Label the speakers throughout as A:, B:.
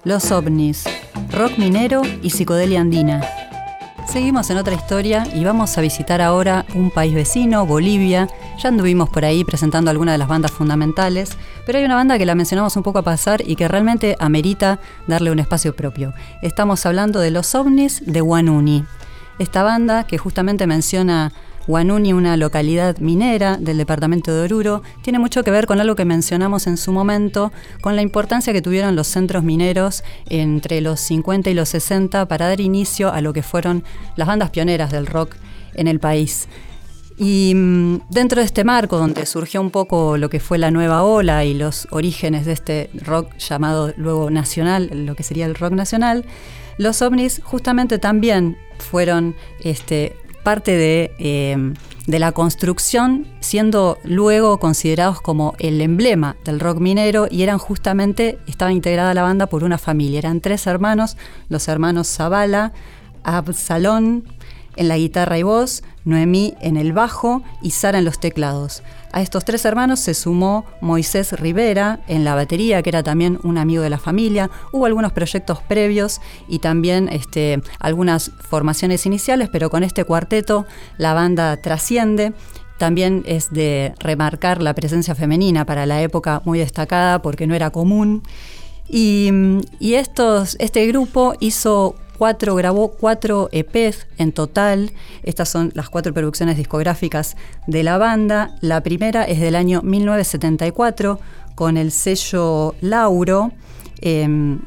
A: Los ovnis, rock minero y psicodelia andina. Seguimos en otra historia y vamos a visitar ahora un país vecino, Bolivia. Ya anduvimos por ahí presentando algunas de las bandas fundamentales, pero hay una banda que la mencionamos un poco a pasar y que realmente amerita darle un espacio propio. Estamos hablando de Los Ovnis de Huanuni. Esta banda que justamente menciona Huanuni, una localidad minera del departamento de Oruro, tiene mucho que ver con algo que mencionamos en su momento, con la importancia que tuvieron los centros mineros entre los 50 y los 60 para dar inicio a lo que fueron las bandas pioneras del rock en el país. Y dentro de este marco, donde surgió un poco lo que fue la nueva ola y los orígenes de este rock llamado luego nacional, lo que sería el rock nacional, los ovnis justamente también fueron parte de la construcción, siendo luego considerados como el emblema del rock minero, y estaba integrada la banda por una familia. Eran 3 hermanos, los hermanos Zavala, Absalón en la guitarra y voz, Noemí en el bajo y Sara en los teclados. A estos 3 hermanos se sumó Moisés Rivera en la batería, que era también un amigo de la familia. Hubo algunos proyectos previos y también algunas formaciones iniciales, pero con este cuarteto la banda trasciende. También es de remarcar la presencia femenina para la época, muy destacada porque no era común. Y este grupo grabó 4 EPs en total. Estas son las 4 producciones discográficas de la banda. La primera es del año 1974 con el sello Lauro. En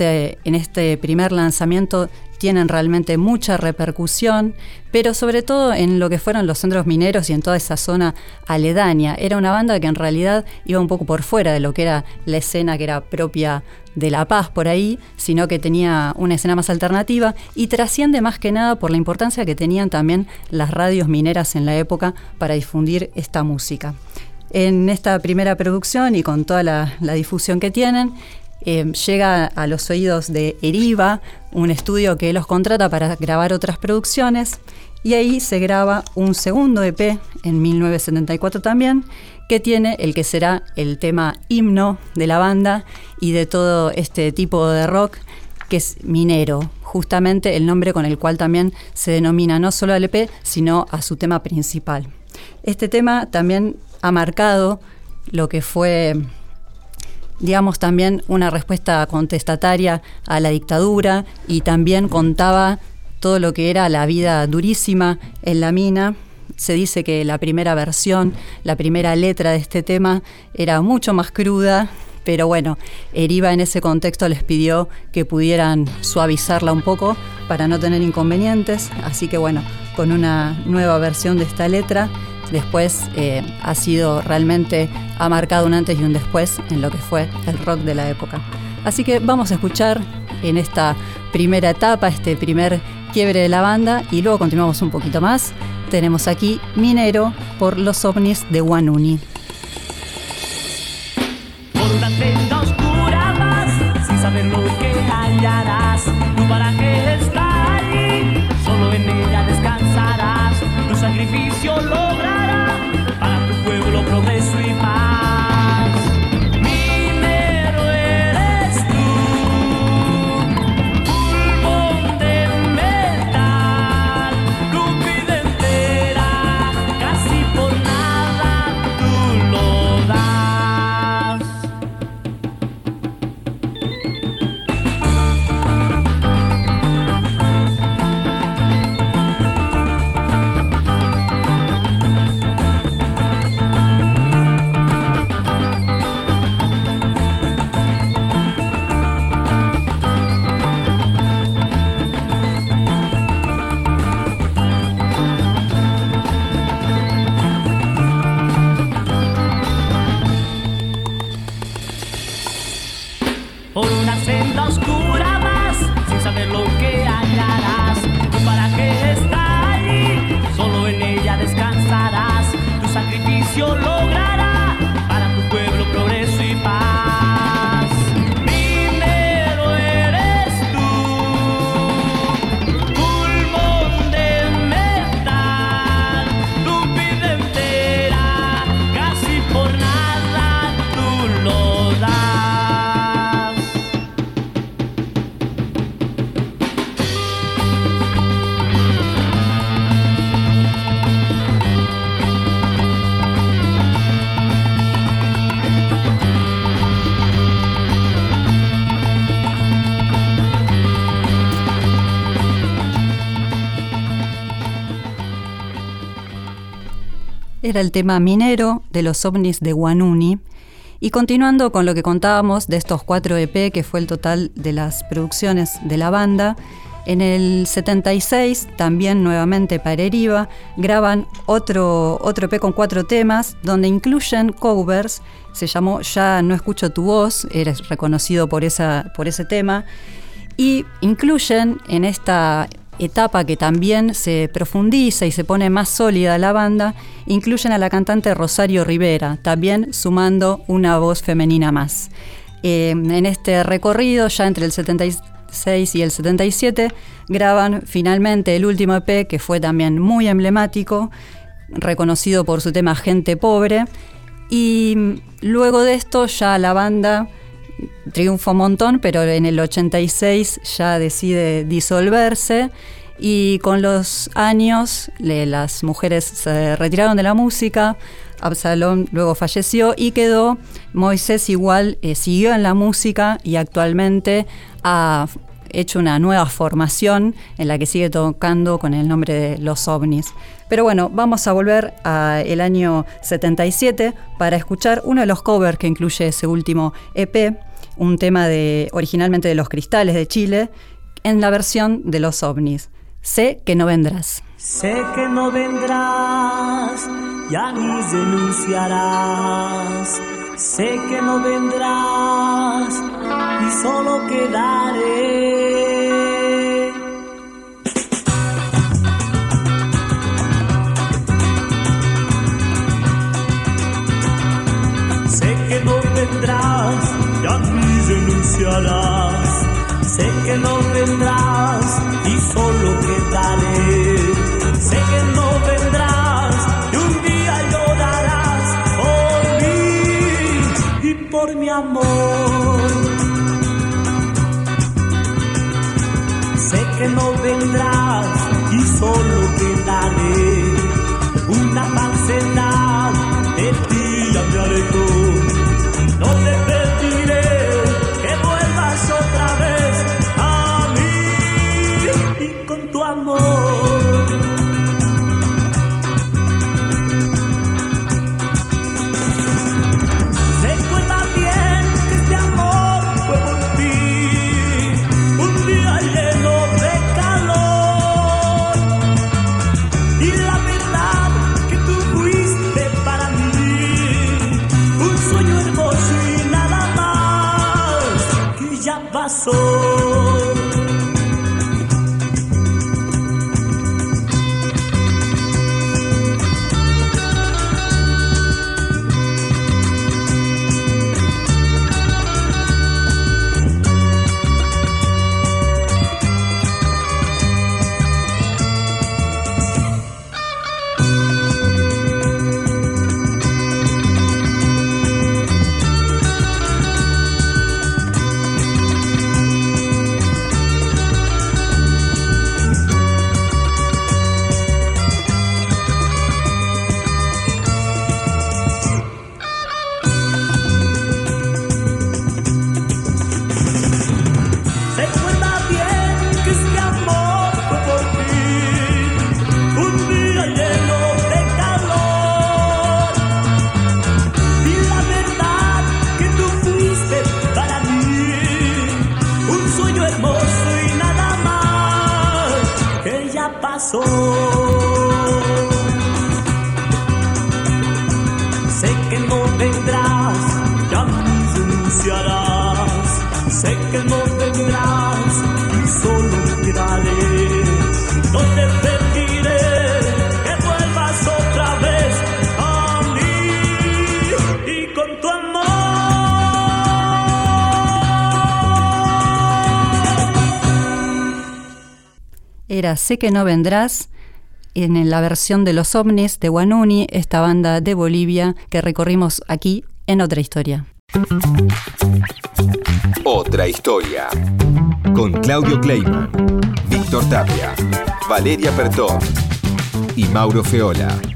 A: este primer lanzamiento tienen realmente mucha repercusión, pero sobre todo en lo que fueron los centros mineros y en toda esa zona aledaña. Era una banda que en realidad iba un poco por fuera de lo que era la escena que era propia de La Paz por ahí, sino que tenía una escena más alternativa y trasciende más que nada por la importancia que tenían también las radios mineras en la época para difundir esta música. En esta primera producción y con toda la difusión que tienen, llega a los oídos de Eriva, un estudio que los contrata para grabar otras producciones, y ahí se graba un segundo EP en 1974 también, que tiene el que será el tema himno de la banda y de todo este tipo de rock, que es minero, justamente el nombre con el cual también se denomina no solo al EP, sino a su tema principal. Este tema también ha marcado lo que fue, digamos, también una respuesta contestataria a la dictadura, y también contaba todo lo que era la vida durísima en la mina. Se dice que la primera versión, la primera letra de este tema era mucho más cruda, pero bueno, Eriva en ese contexto les pidió que pudieran suavizarla un poco para no tener inconvenientes, así que bueno, con una nueva versión de esta letra, después ha marcado un antes y un después en lo que fue el rock de la época. Así que vamos a escuchar en esta primera etapa, este primer quiebre de la banda, y luego continuamos un poquito más. Tenemos aquí Minero por Los Ovnis de Huanuni.
B: Por una senda oscura vas, sin saber lo que hallarás. Tu paraje está allí, solo en ella descansarás. Tu sacrificio logrará para tu pueblo progreso y paz. Minero eres tú, pulmón de metal, tu vida entera, casi por nada tú lo das. Por una senda oscura vas, sin saber lo que hallarás. Tu paraje está allí, solo en ella descansarás. Tu sacrificio logrará para tu pueblo progreso y paz. Minero eres tú, pulmón de metal, tu vida entera, casi por nada tú lo das.
A: era el tema Minero de los ovnis de Guanuni. Y continuando con lo que contábamos de estos 4 EP, que fue el total de las producciones de la banda, en el 76, también nuevamente Pareriva, graban otro EP con 4 temas, donde incluyen covers. Se llamó Ya no escucho tu voz, eres reconocido por ese tema, y incluyen en esta etapa que también se profundiza y se pone más sólida la banda, incluyen a la cantante Rosario Rivera, también sumando una voz femenina más. En este recorrido, ya entre el 76 y el 77, graban finalmente el último EP, que fue también muy emblemático, reconocido por su tema Gente Pobre, y luego de esto ya la banda triunfa un montón, pero en el 86 ya decide disolverse, y con los años las mujeres se retiraron de la música. Absalón luego falleció y quedó Moisés igual, siguió en la música y actualmente ha hecho una nueva formación en la que sigue tocando con el nombre de Los Ovnis. Pero bueno, vamos a volver al año 77 para escuchar uno de los covers que incluye ese último EP, un tema originalmente de Los Cristales de Chile, en la versión de Los Ovnis. Sé que no vendrás.
B: Sé que no vendrás, ya ni denunciarás. Sé que no vendrás y solo quedaré. Sé que no vendrás, ya ni denunciarás. Sé que no vendrás y solo quedaré. Sé que no vendrás y un día llorarás por mí y por mi amor. Sé que no vendrás y solo quedaré. Una falsedad de ti ya me alejó. No te pediré que vuelvas otra vez a mí y con tu amor. Recuerda bien que este amor fue por ti, un día lleno de calor, y la verdad que tú fuiste para mí, un sueño hermoso y nada más, que ya pasó. Sé que no vendrás, ya me denunciarás. Sé que no vendrás y solo quedaré. No te pediré que vuelvas otra vez a mí y con tu amor.
A: Era Sé que no vendrás, en la versión de Los Ovnis de Guanuni, esta banda de Bolivia que recorrimos aquí en Otra Historia.
C: Otra Historia. Con Claudio Kleiman, Víctor Tapia, Valeria Pertón y Mauro Feola.